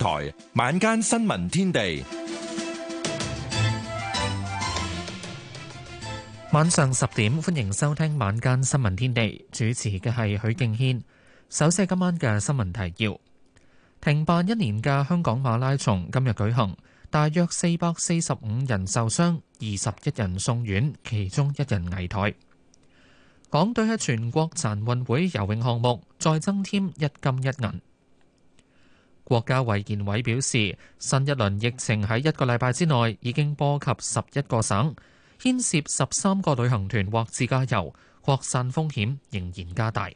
台晚間新聞天地， 晚上10點，歡迎收聽晚間新聞天地，主持嘅係許敬軒。首先係今晚嘅新聞提要：停辦1年嘅香港馬拉松今日舉行，大約445人受傷，21人送院，其中1人危殆。港隊喺全國殘運會游泳項目再增添1金1銀。國家衛健委表示，新一輪疫情喺1個禮拜之內已經波及11個省，牽涉13個旅行團或自駕遊，擴散風險仍然加大。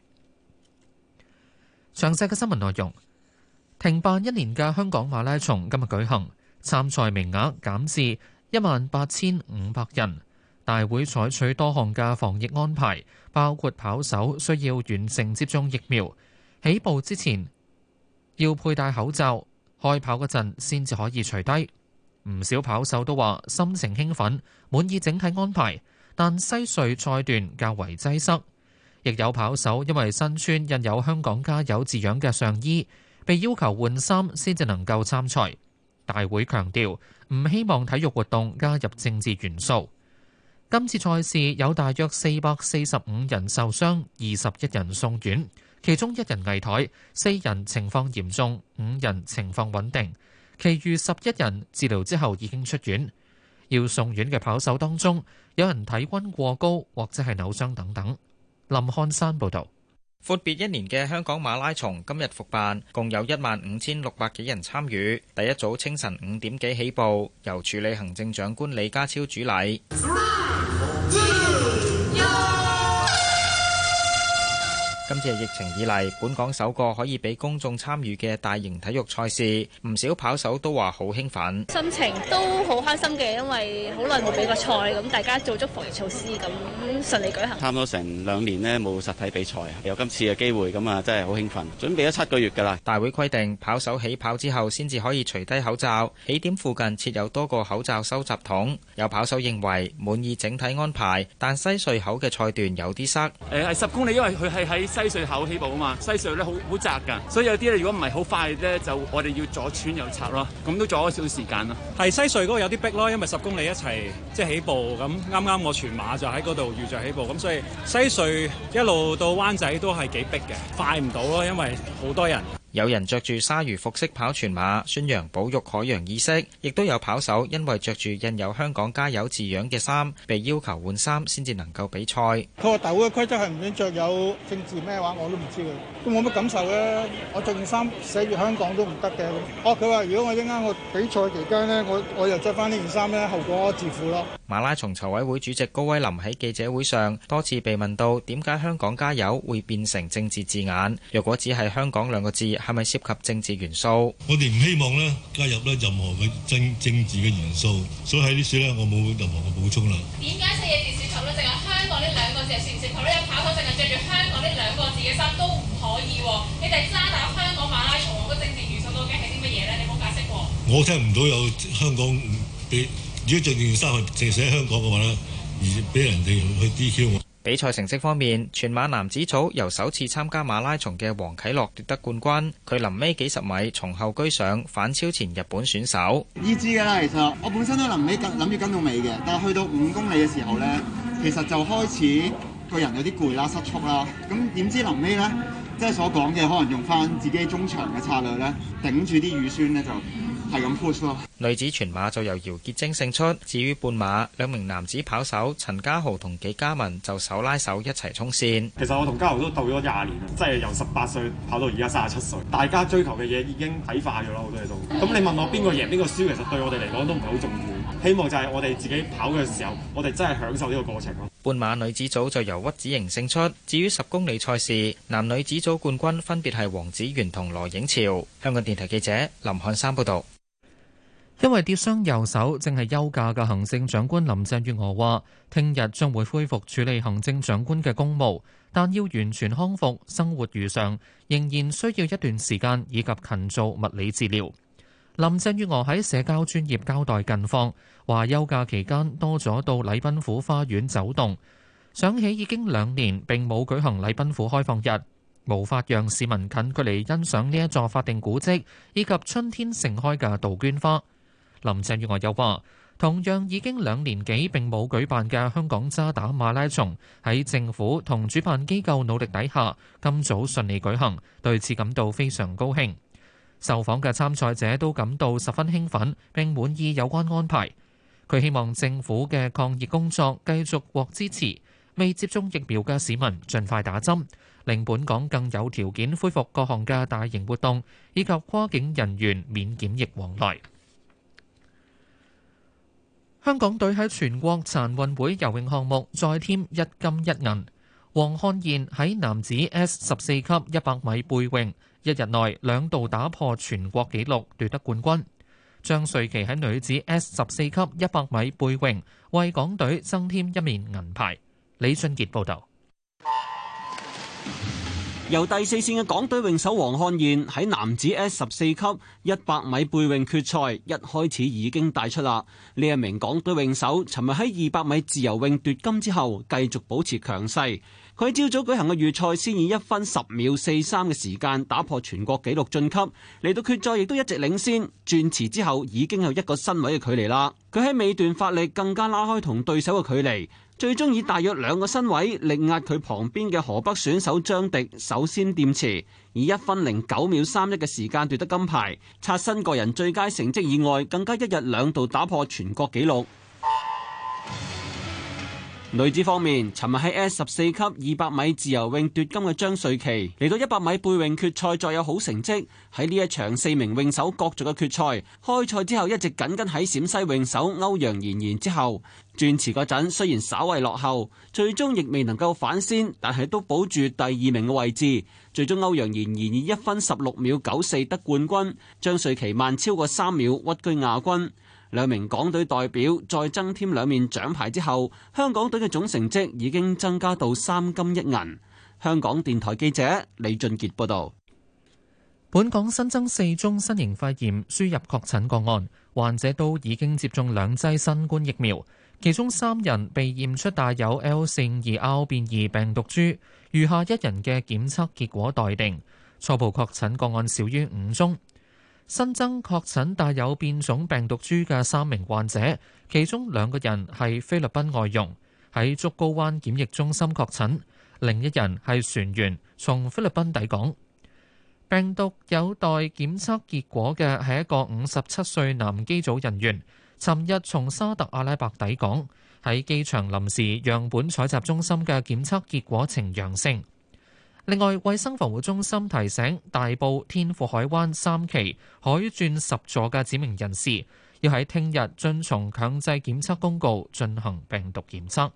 詳細嘅新聞內容：停辦1年嘅香港馬拉松今日舉行，參賽名額減至18,500人。大會採取多項嘅防疫安排，包括跑手需要完成接種疫苗，起步之前要佩戴口罩，開跑嗰陣先至可以除低。唔少跑手都話心情興奮，滿意整體安排，但西隧賽段較為擠塞。亦有跑手因為身穿印有香港加油字樣嘅上衣，被要求換衫先至能夠參賽。大會強調唔希望體育活動加入政治元素。今次賽事有大約445人受傷，21人送院，其中1人危殆，4人情況嚴重，5人情況穩定，其餘11人治療之後已經出院。要送院嘅跑手當中，有人體溫過高或者係扭傷等等。林漢山報導。 闊別1年嘅香港馬拉松今日復辦，共有15,600幾人參與。第一組清晨5點幾起步，由署理行政長官李家超主禮。今次係疫情以嚟本港首個可以俾公眾參與嘅大型體育賽事，唔少跑手都話好興奮， 心情都好開心嘅，因為好耐冇比過賽，咁大家做足防疫措施，咁順利舉行。差唔多成2年呢冇實體比賽，有今次嘅機會，咁啊真係好興奮。準備咗7個月㗎啦。 大會規定跑手起跑之後先至可以除低口罩，起點附近設有多個口罩收集桶。有跑手認為滿意整體安排，但西隧口嘅賽段有啲塞。 係10公里，因為佢係喺西隧口起步啊嘛，西隧咧好窄㗎，所以有啲咧如果唔係好快咧，就我哋要左穿右插咯，咁都阻咗少少時間咯。係西隧嗰個有啲逼咯，因為10公里一齊即係起步，咁啱我全馬就喺嗰度預著起步，咁所以西隧一路到灣仔都係幾逼嘅，快唔到咯，因為好多人。 有人着住鯊魚服飾跑全馬，宣揚保育海洋意識，亦都有跑手因為着住印有香港加油字樣嘅衫，被要求換衫先至能夠比賽。 佢話大會嘅規則係唔准着有政治咩話，我都唔知嘅，都冇乜感受嘅。我着件衫寫住香港都唔得嘅。佢話如果我一陣我比賽期間呢，我又着翻呢件衫咧，後果我自負咯。 馬拉松籌委會主席高威林喺記者會上多次被問到點解香港加油會變成政治字眼，若果只係香港2個字，係咪涉及政治元素？ 我哋唔希望咧加入咧任何嘅政治嘅元素，所以喺呢處咧我冇任何嘅補充啦。點解4嘢電視台咧淨係香港呢2個字係涉唔涉及呢？有跑手淨係着住香港呢2個字嘅衫都唔可以喎？你哋渣打香港馬拉松個政治元素究竟係啲乜嘢咧？你冇解釋過。我聽唔到有香港俾，如果着住件衫係淨係寫香港嘅話咧，而俾人哋去 DQ 我。 比賽成績方面，全馬男子組由首次參加馬拉松嘅黃啟樂奪得冠軍，佢臨尾幾十米從後居上，反超前日本選手。 意志㗎啦，其實我本身都臨尾諗住跟到尾嘅，但係去到5公里嘅時候呢，其實就開始個人有啲攰啦、失速啦，咁點知臨尾呢，即係所講嘅可能用翻自己中場嘅策略呢，頂住啲乳酸呢就。係咁 push 咯。 女子全馬就由姚潔貞勝出，至於半馬2名男子跑手陳家豪同紀嘉文就手拉手一齊衝線。 其實我同家豪都鬥咗20年啦，即係由18歲跑到而家37歲，大家追求嘅嘢已經睇化咗啦，好多嘢都。咁你問我邊個贏邊個輸，其實對我哋嚟講都唔係好重要。希望就係我哋自己跑嘅時候，我哋真係享受呢個過程咯。 半馬女子組就由屈子瑩勝出，至於10公里賽事，男女子組冠軍分別係黃子源同羅影潮。香港電台記者林漢山報導。 因為跌傷右手正係休假嘅行政長官林鄭月娥話，聽日將會恢復處理行政長官嘅公務，但要完全康復、生活如常，仍然需要一段時間以及勤做物理治療。林鄭月娥喺社交專頁交代近況，話休假期間多咗到禮賓府花園走動，想起已經2年並冇舉行禮賓府開放日， 無法讓市民近距離欣賞呢一座法定古蹟以及春天盛開嘅杜鵑花。林鄭月娥又話，同樣已經2年幾並冇舉辦嘅香港渣打馬拉松，喺政府同主辦機構努力底下，今早順利舉行，對此感到非常高興。受訪嘅參賽者都感到十分興奮並滿意有關安排。佢希望政府嘅抗疫工作繼續獲支持，未接種疫苗嘅市民盡快打針，令本港更有條件恢復各項嘅大型活動，以及跨境人員免檢疫往來。香港隊喺全國殘運會游泳項目再添1金1銀。黃漢燕喺男子 S14 級100米背泳一日內2度打破全國紀錄，奪得冠軍。張瑞琪喺女子 S14 級100米背泳為港隊增添1面銀牌。李俊傑報導。 由第4線嘅港隊泳手黃漢燕喺男子 S14 級100米背泳決賽一開始已經帶出啦。呢一名港隊泳手尋日喺200米自由泳奪金之後，繼續保持強勢。佢喺朝早舉行嘅預賽，先以1分10秒43嘅時間打破全國紀錄晉級，嚟到決賽亦都一直領先。轉池之後已經有1個身位嘅距離啦。佢喺尾段發力，更加拉開同對手嘅距離，最終以大約2個身位力壓佢旁邊嘅河北選手張迪，首先掂池，以1分09秒31嘅時間奪得金牌，刷新個人最佳成績以外，更加一日2度打破全國紀錄。女子方面，尋日喺 S14 級200米自由泳奪金嘅張瑞琪嚟到100米背泳決賽再有好成績。喺呢一場4名泳手角逐嘅決賽，開賽之後一直緊喺陝西泳手歐陽妍妍之後，轉池嗰陣雖然稍為落後，最終亦未能夠反先，但係都保住第2名嘅位置。最終歐陽妍妍以1分16秒94得冠軍，張瑞琪慢超過3秒屈居亞軍。2名港隊代表再增添2面獎牌之後，香港隊嘅總成績已經增加到3金1銀。香港電台記者李俊傑報導。 本港新增4宗新型肺炎輸入確診個案，患者都已經接種2劑新冠疫苗，其中3人被驗出帶有 L452R 變異病毒株，餘下1人嘅檢測結果待定。初步確診個案少於5宗。新增確診帶有變種病毒株嘅3名患者，其中2個人係菲律賓外傭，喺竹篙灣檢疫中心確診，另一人係船員，從菲律賓抵港。病毒有待檢測結果嘅係一個57歲男機組人員，尋日從沙特阿拉伯抵港，喺機場臨時樣本採集中心嘅檢測結果呈陽性。另外，衛生防護中心提醒大埔天賦海灣3期海鑽10座嘅指明人士，要喺聽日遵從強制檢測公告進行病毒檢測。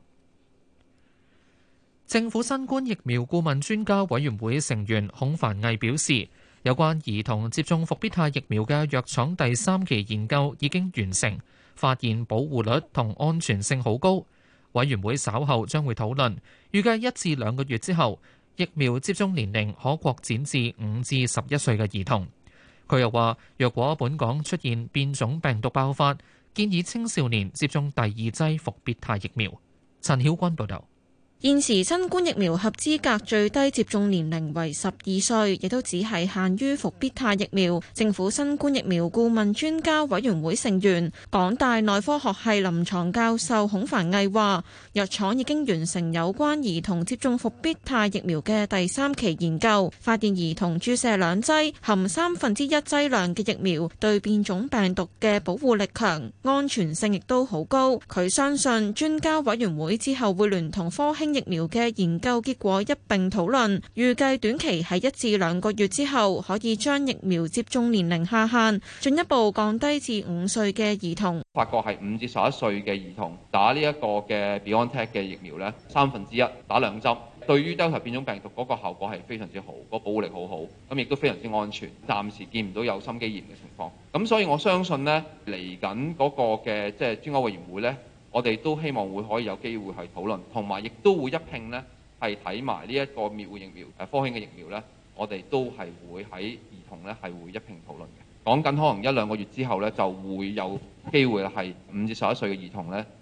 政府新冠疫苗顧問專家委員會成員孔繁毅表示，有關兒童接種復必泰疫苗嘅藥廠第3期研究已經完成，發現保護率同安全性好高。委員會稍後將會討論，預計1至2個月之後，疫苗接種年齡可擴展至5至11歲嘅兒童。佢又話，若果本港出現變種病毒爆發，建議青少年接種第2劑復必泰疫苗。陳曉君報導。 現時新冠疫苗合資格最低接種年齡為12歲，亦都只係限於復必泰疫苗。政府新冠疫苗顧問專家委員會成員、港大內科學系臨床教授孔繁毅話，藥廠已經完成有關兒童接種復必泰疫苗嘅第3期研究，發現兒童注射2劑含1/3劑量嘅疫苗對變種病毒嘅保護力強，安全性亦都好高。佢相信專家委員會之後會聯同科興疫苗嘅研究結果一併討論，預計短期喺1至2個月之後可以將疫苗接種年齡下限進一步降低至5歲嘅兒童。 發覺係5至11歲嘅兒童打呢一個嘅 BioNTech 嘅疫苗呢，1/3打2針，對於 Delta 變種病毒嗰個效果係非常之好，個保護力好好，咁亦都非常之安全。暫時見唔到有心肌炎嘅情況，咁所以我相信呢嚟緊嗰個嘅即係專家委員會呢，我哋都希望會可以有機會去討論，同埋亦都會一併呢係睇埋呢一個滅活疫苗科興嘅疫苗呢，我哋都係會喺兒童呢係會一併討論嘅。講緊可能1-2個月之後呢，就會有機會係5至11歲嘅兒童呢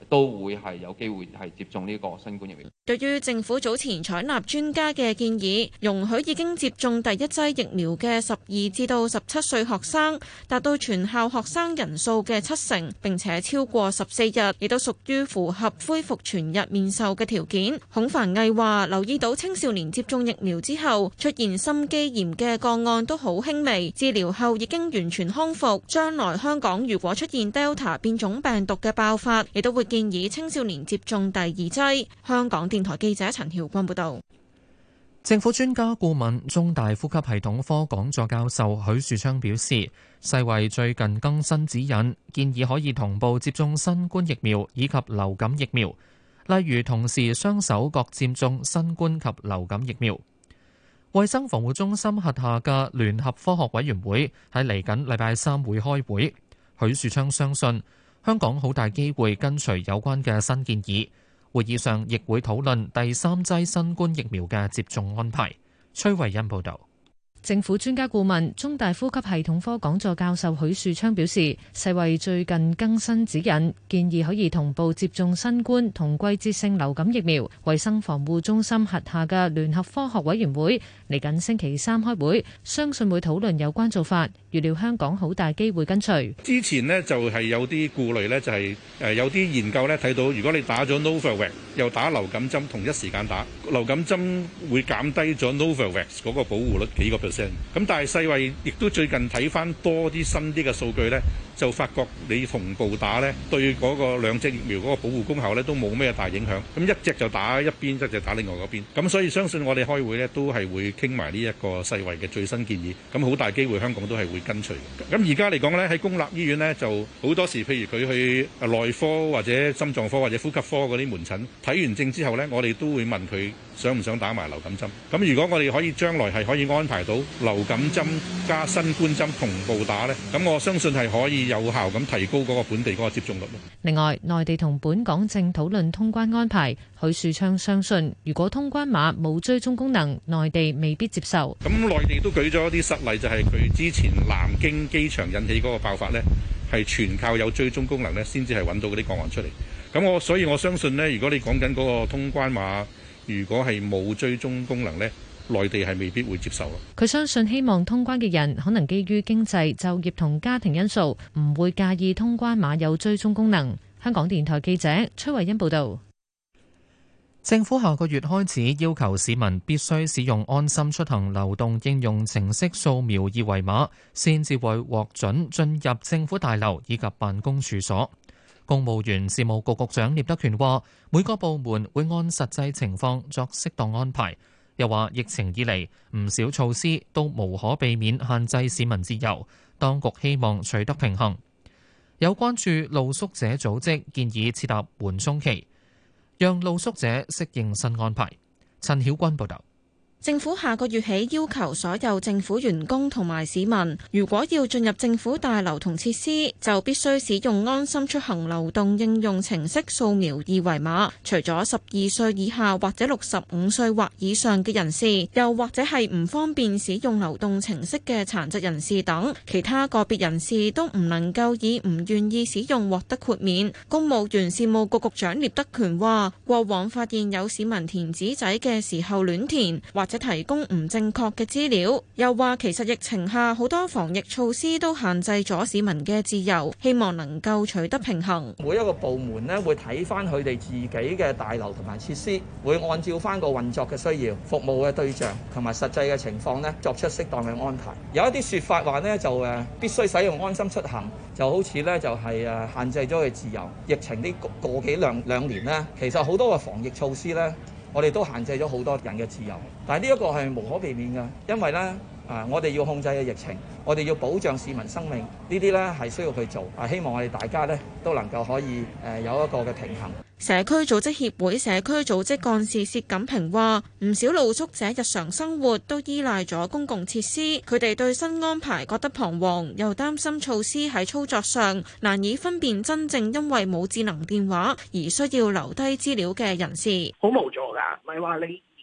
都會係有機會係接種呢個新冠疫苗。 對於政府早前採納專家嘅建議，容許已經接種第一劑疫苗嘅12至到17歲學生達到全校學生人數嘅70%，並且超過14日，亦都屬於符合恢復全日面授嘅條件。孔繁毅話：留意到青少年接種疫苗之後出現心肌炎嘅個案都好輕微，治療後已經完全康復。將來香港如果出現 Delta 變種病毒嘅爆發，亦都會建議青少年接種第2劑。香港電台記者陳曉君報導。 政府專家顧問、中大呼吸系統科講座教授許樹昌表示，世衛最近更新指引，建議可以同步接種新冠疫苗以及流感疫苗，例如同時雙手各接種新冠及流感疫苗。衛生防護中心轄下嘅聯合科學委員會喺嚟緊禮拜3會開會。許樹昌相信香港好大機會跟隨有關嘅新建議。會議上亦會討論第3劑新冠疫苗嘅接種安排。崔慧欣報導。 政府專家顧問、中大呼吸系統科講座教授許樹昌表示，世衛最近更新指引，建議可以同步接種新冠同季節性流感疫苗。衛生防護中心轄下嘅聯合科學委員會嚟緊星期3開會，相信會討論有關做法。預料香港好大機會跟隨。 之前呢就係有啲顧慮呢，就係有啲研究呢睇到，如果你打咗 Novavax 又打流感針，同一時間打流感針會減低咗 Novavax 嗰個保護率幾個%。咁但係世衛亦都最近睇翻多啲新啲嘅數據呢，就發覺你同步打呢，對嗰個兩隻疫苗嗰個保護功效呢都冇咩大影響。咁一隻就打一邊，一隻就打另外嗰邊。咁所以相信我哋開會呢都係會傾埋呢一個世衛嘅最新建議。咁好大機會香港都係會跟隨。咁而家嚟講呢，喺公立醫院呢就好多時，譬如佢去內科或者心臟科或者呼吸科嗰啲門診睇完症之後呢，我哋都會問佢想唔想打埋流感針。咁如果我哋可以將來係可以安排到流感針加新冠針同步打呢，咁我相信係可以有效咁提高嗰個本地嗰個接種率。 另外，內地同本港正討論通關安排。許樹昌相信，如果通關碼冇追蹤功能，內地未必接受。 咁內地都舉咗一啲實例，就係佢之前南京機場引起嗰個爆發呢，係全靠有追蹤功能呢先至係揾到嗰啲個案出嚟。咁所以我相信呢，如果你講緊嗰個通關碼，如果係冇追蹤功能呢，內地係未必會接受。 佢相信希望通關嘅人可能基於經濟、就業同家庭因素，唔會介意通關碼有追蹤功能。香港電台記者崔慧欣報道。 政府下個月開始要求市民必須使用安心出行流動應用程式掃描二維碼，先至會獲准進入政府大樓以及辦公處所。公務員事務局局長聶德權話，每個部門會按實際情況作適當安排。又話疫情以嚟唔少措施都無可避免限制市民自由，當局希望取得平衡。有關注露宿者組織建議設立緩衝期，讓露宿者適應新安排。陳曉君報導。 政府下個月起要求所有政府員工同埋市民，如果要進入政府大樓同設施，就必須使用安心出行流動應用程式掃描二維碼。除咗12歲以下或者65歲或以上嘅人士，又或者係唔方便使用流動程式嘅殘疾人士等，其他個別人士都唔能夠以唔願意使用獲得豁免。公務員事務局局長聶德權話，過往發現有市民填紙仔嘅時候亂填，或者提供唔正確嘅資料，又話其實疫情下好多防疫措施都限制咗市民嘅自由，希望能夠取得平衡。 每一個部門呢會睇翻佢哋自己嘅大樓同埋設施，會按照翻個運作嘅需要、服務嘅對象同埋實際嘅情況呢作出適當嘅安排。有一啲説法話呢就必須使用安心出行，就好似呢就係限制咗佢自由。疫情呢個幾兩年呢，其實好多嘅防疫措施呢，我哋都限制咗好多人嘅自由，但係呢一個係無可避免嘅，因為呢，我哋要控制嘅疫情，我哋要保障市民生命，呢啲呢係需要去做。希望我哋大家呢都能夠可以有一個嘅平衡。 社區組織協會社區組織幹事薛錦平話：唔少露宿者日常生活都依賴咗公共設施，佢哋對新安排覺得彷徨，又擔心措施喺操作上難以分辨真正因為冇智能電話而需要留低資料嘅人士。 好無助㗎，唔係話你而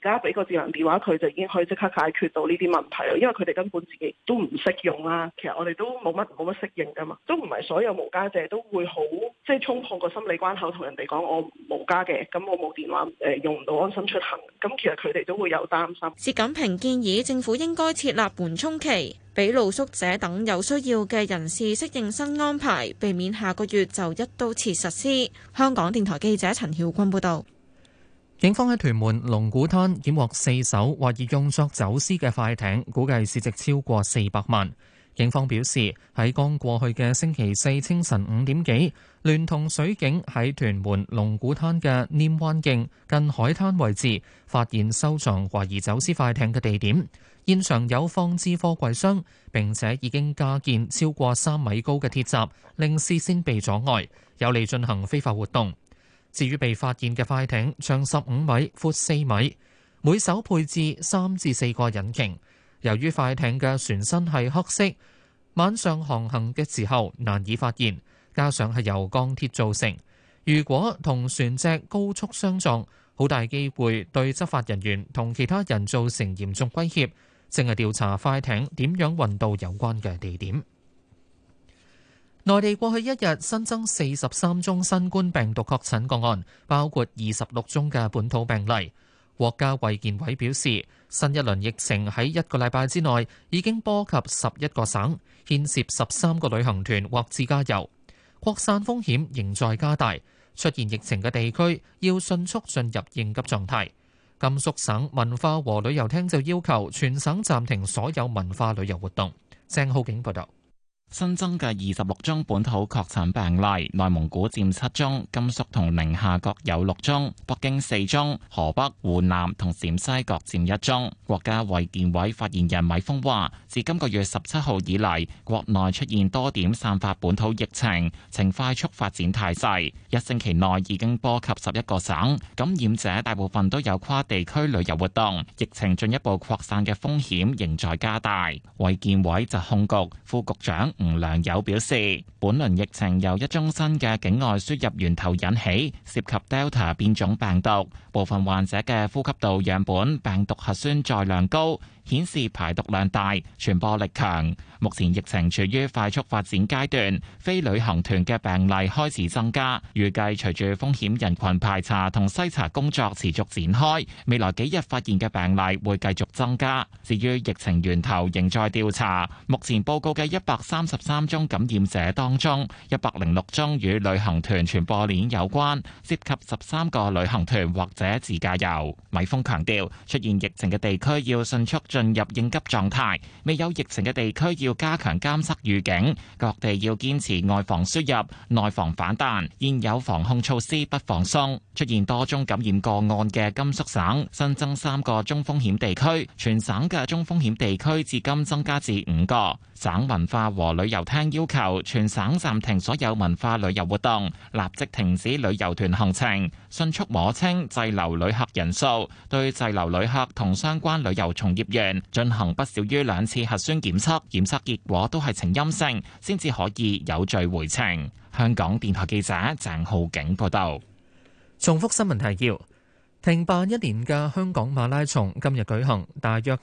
家俾個智能電話佢就已經可以即刻解決到呢啲問題咯，因為佢哋根本自己都唔識用啦。其實我哋都冇乜適應噶嘛，都唔係所有無家者都會好即係衝破個心理關口同人哋講我無家嘅，咁我冇電話用唔到安心出行，咁其實佢哋都會有擔心。 薛錦平建議政府應該設立緩衝期，俾露宿者等有需要嘅人士適應新安排，避免下個月就一刀切實施。香港電台記者陳曉君報導。 警方喺屯門龍鼓灘檢獲4艘懷疑用作走私嘅快艇，估計市值超過400萬。警方表示，喺剛過去嘅星期四清晨5點幾，聯同水警喺屯門龍鼓灘嘅稔灣徑近海灘位置發現收藏懷疑走私快艇嘅地點，現場有放置貨櫃箱，並且已經加建超過3米高嘅鐵閘，令視線被阻礙，有利進行非法活動。至於被發現嘅快艇，長15米，闊4米，每艘配置3至4個引擎。由於快艇嘅船身係黑色，晚上航行嘅時候難以發現，加上係由鋼鐵造成，如果同船隻高速相撞，好大機會對執法人員同其他人造成嚴重威脅。正係調查快艇點樣運到有關嘅地點。內地過去一日新增43宗新冠病毒確診個案，包括26宗嘅本土病例。國家衛健委表示，新一輪疫情喺1個禮拜之內已經波及11個省，牽涉13個旅行團或自駕遊，擴散風險仍在加大。出現疫情嘅地區要迅速進入應急狀態。甘肅省文化和旅遊廳就要求全省暫停所有文化旅遊活動。鄭浩景報道。 新增嘅26宗本土確診病例，內蒙古佔7宗，甘肅同寧夏各有6宗，北京4宗，河北、湖南同陝西各佔1宗。國家衛健委發言人米峰話，自今個月17號以嚟，國內出現多點散發本土疫情，呈快速發展態勢。1星期內已經波及11個省，感染者大部分都有跨地區旅遊活動，疫情進一步擴散嘅風險仍在加大。衛健委疾控局副局長吳良友表示，本輪疫情由一宗新嘅境外輸入源頭引起，涉及 Delta 變種病毒，部分患者嘅呼吸道樣本病毒核酸載量高，顯示排毒量大、傳播力強。目前疫情處於快速發展階段，非旅行團嘅病例開始增加，預計隨住風險人群排查同篩查工作持續展開，未來幾日發現嘅病例會繼續增加。至於疫情源頭仍在調查，目前報告嘅133宗感染者當中，106宗與旅行團傳播鏈有關，涉及13個旅行團或者自駕遊。米峰強調，出現疫情嘅地區要迅速進入應急狀態，未有疫情嘅地區要加強監測預警，各地要堅持外防輸入、內防反彈，現有防控措施不放鬆。出現多宗感染個案嘅甘肅省新增3個中風險地區，全省嘅中風險地區至今增加至5個。省文化和旅遊廳要求全省暫停所有文化旅遊活動，立即停止旅遊團行程，迅速摸清滯留旅客人數，對滯留旅客同相關旅遊從業員進行不少於2次核酸檢測，檢測結果都係呈陰性，先至可以有序回程。香港電台記者鄭浩景報道。 重複新聞提要：停辦1年嘅香港馬拉松今日舉行，大約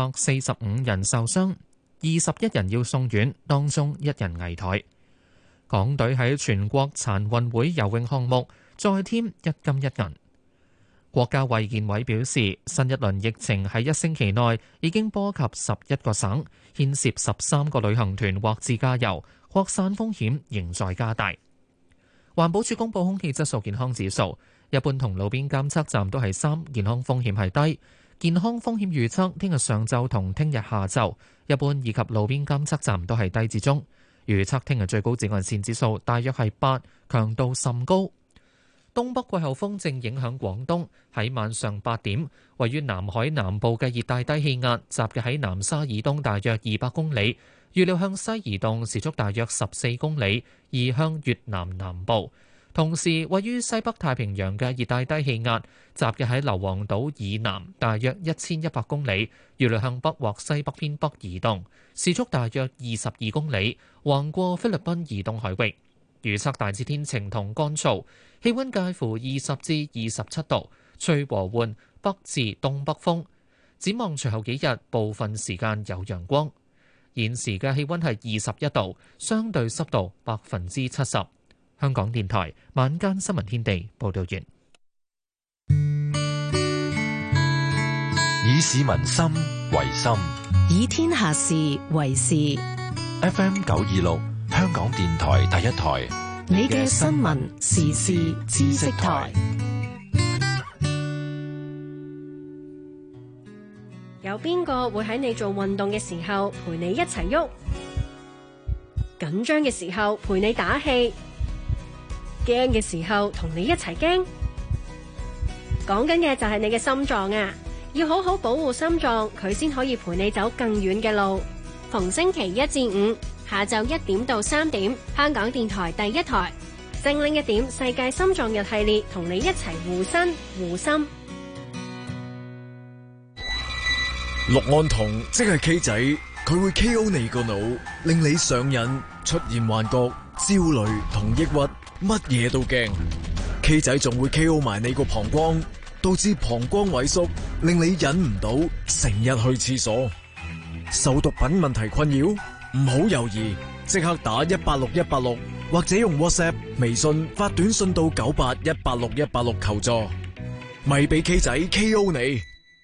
445人受傷，21人要送院，當中1人危殆。港隊喺全國殘運會游泳項目再添1金1銀。國家衛健委表示，新一輪疫情喺1星期內已經波及11個省，牽涉13個旅行團或自駕遊，擴散風險仍在加大。環保署公布空氣質素健康指數，一般同路邊監測站都係3，健康風險係低。健康風險預測聽日上晝同聽日下晝，一般以及路邊監測站都係低至中。預測聽日最高紫外線指數大約係8，強度甚高。東北季候風正影響廣東，喺晚上8點，位於南海南部嘅熱帶低氣壓集結喺南沙以東大約200公里，預料向西移動，時速大約14公里，移向越南南部。同時，位於西北太平洋嘅熱帶低氣壓集結喺硫磺島以南大約1100公里，預料向北或西北偏北移動，時速大約22公里，橫過菲律賓以東海域。預測大致天晴同乾燥，氣溫介乎20至27度，吹和緩北至東北風。展望隨後幾日，部分時間有陽光。現時嘅氣溫係21度，相對濕度70%。香港電台晚間新聞天地報道完。 以市民心為心， 以天下事為事。 FM 926，香港電台第一台， 你嘅新聞時事知識台。 有邊個會喺你做運動嘅時候陪你一齊喐？緊張嘅時候陪你打氣，驚嘅時候同你一齊驚。講緊嘅就係你嘅心臟啊！要好好保護心臟，佢先可以陪你走更遠嘅路。逢星期1至5下晝1點到3點，香港電台第一台，精靈一點世界心臟日系列，同你一齊護身護心。 氯胺酮即係 K 仔，佢會 KO 你個腦，令你上癮、出現幻覺、焦慮同抑鬱，乜嘢都驚。K 仔仲會 KO 埋你個膀胱，導致膀胱萎縮，令你忍唔到，成日去廁所。受毒品問題困擾，唔好猶豫，即刻打186186，或者用 WhatsApp、微信發短信到9818686求助，咪俾 K 仔 KO 你。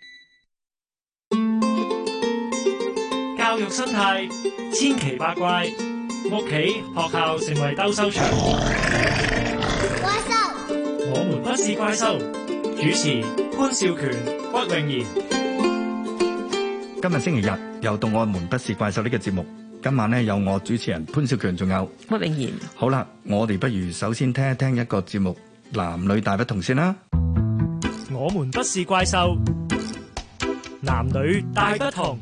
教育生態千奇百怪，屋企學校成為鬥獸場。 怪獸， 我們不是怪獸。主持潘少權、屈穎妍。 今日星期日又到我們不是怪獸呢個節目，今晚呢有我主持人潘少權，仲有屈穎妍。 好啦，我哋不如首先聽一聽一個節目男女大不同先啦。 我們不是怪獸，男女大不同。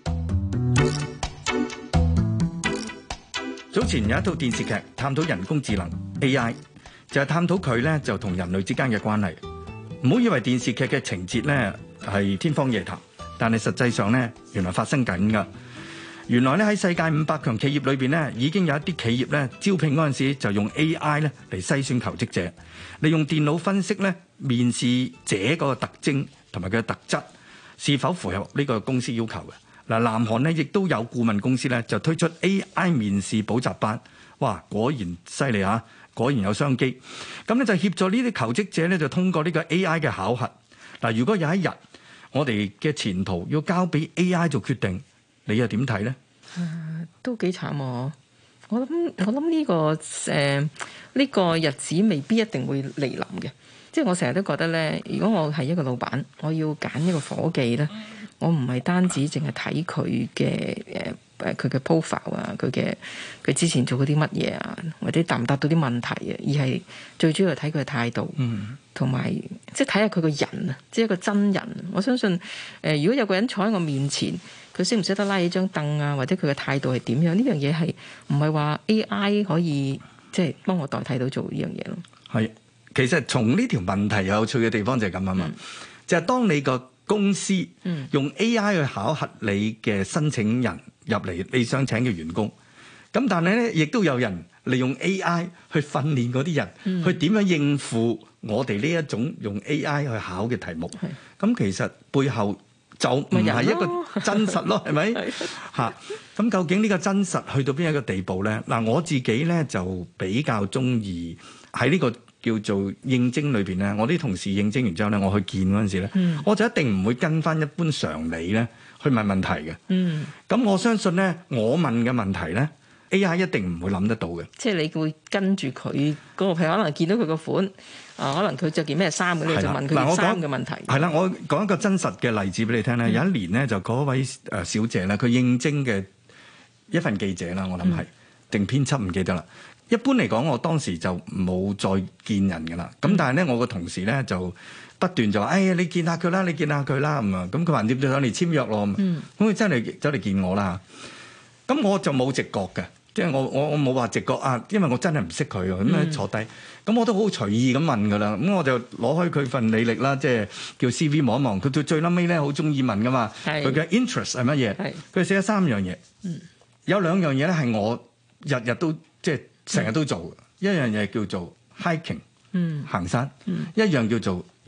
早前有一套電視劇探討人工智能 AI， 就係探討佢咧就同人類之間嘅關係。唔好以為電視劇嘅情節咧係天方夜譚，但係實際上咧原來發生緊噶。原來咧喺世界500強企業裏邊咧，已經有一啲企業咧招聘嗰陣時就用 AI 咧嚟篩選求職者，利用電腦分析咧面試者嗰個特徵同埋佢嘅特質是否符合呢個公司要求嘅。嗱，南韓咧亦都有顧問公司咧就推出 AI 面試補習班，哇，果然犀利嚇，果然有商機。咁咧就協助呢啲求職者咧就通過呢個 AI 嘅考核。嗱，如果有一日我哋嘅前途要交俾 AI 做決定，你又點睇咧？ 都幾慘喎！我諗呢個日子未必一定會嚟臨嘅。即係我成日都覺得咧，如果我係一個老闆，我要揀一個夥計咧，我唔係單止淨係睇佢嘅佢嘅 profile 啊，佢之前做過啲乜嘢啊，或者答唔答到啲問題啊，而係最主要係睇佢嘅態度，同埋即係睇下佢個人啊，即係一個真人。我相信如果有個人坐喺我面前，佢識唔識得拉起張凳啊，或者佢嘅態度係點樣？呢樣嘢係唔係話 AI 可以即係幫我代替到做呢樣嘢咯？ 係，其實從呢條問題有趣嘅地方就係咁啊嘛，就係當你個公司用 AI 去考核你嘅申請人入嚟，你想請嘅員工，咁但係咧亦都有人利用 AI 去訓練嗰啲人，去點樣應付我哋呢一種用 AI 去考嘅題目。咁其實背後就唔係一個真實咯，係咪？嚇！咁究竟呢個真實去到邊一個地步咧？嗱，我自己咧就比較中意喺呢個叫做應徵裏邊咧，我啲同事應徵完之後咧，我去見嗰陣時咧，我就一定唔會跟翻一般常理咧去問問題嘅。咁我相信咧，我問嘅問題咧 ，AI 一定唔會諗得到嘅。 即係你會跟住佢嗰個，譬如可能見到佢個款，可能佢着件咩衫嘅，你就問佢件衫嘅問題。 係啦，我講一個真實嘅例子俾你聽咧。有一年咧，就嗰位小姐咧，佢應徵嘅一份記者啦，我諗係定編輯唔記得啦。一般嚟講，我當時就冇再見人㗎啦。咁但係咧，我個同事咧就不斷就話：哎呀，你見下佢啦，你見下佢啦咁啊。咁佢話點就上嚟簽約咯。咁佢真係走嚟見我啦。咁我就冇直覺嘅，即係我冇話直覺啊，因為我真係唔識佢喎。咁咧坐低，咁我都好隨意咁問㗎啦。咁我就攞開佢份履歷啦，即係叫 CV 望一望。佢到最撚尾咧，好中意問㗎嘛。佢嘅 interest 係乜嘢？佢寫咗3樣嘢。有2樣嘢咧係我日日都即係成日都做嘅。一樣嘢叫做 hiking，行山；一樣叫做閱讀。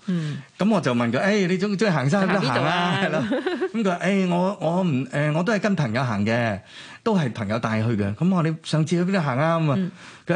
咁我就問佢：你中唔中意行山？邊度行啊？係啦。咁佢話：我都係跟朋友行嘅，都係朋友帶去嘅。咁我話你上次去邊度行啊？咁啊，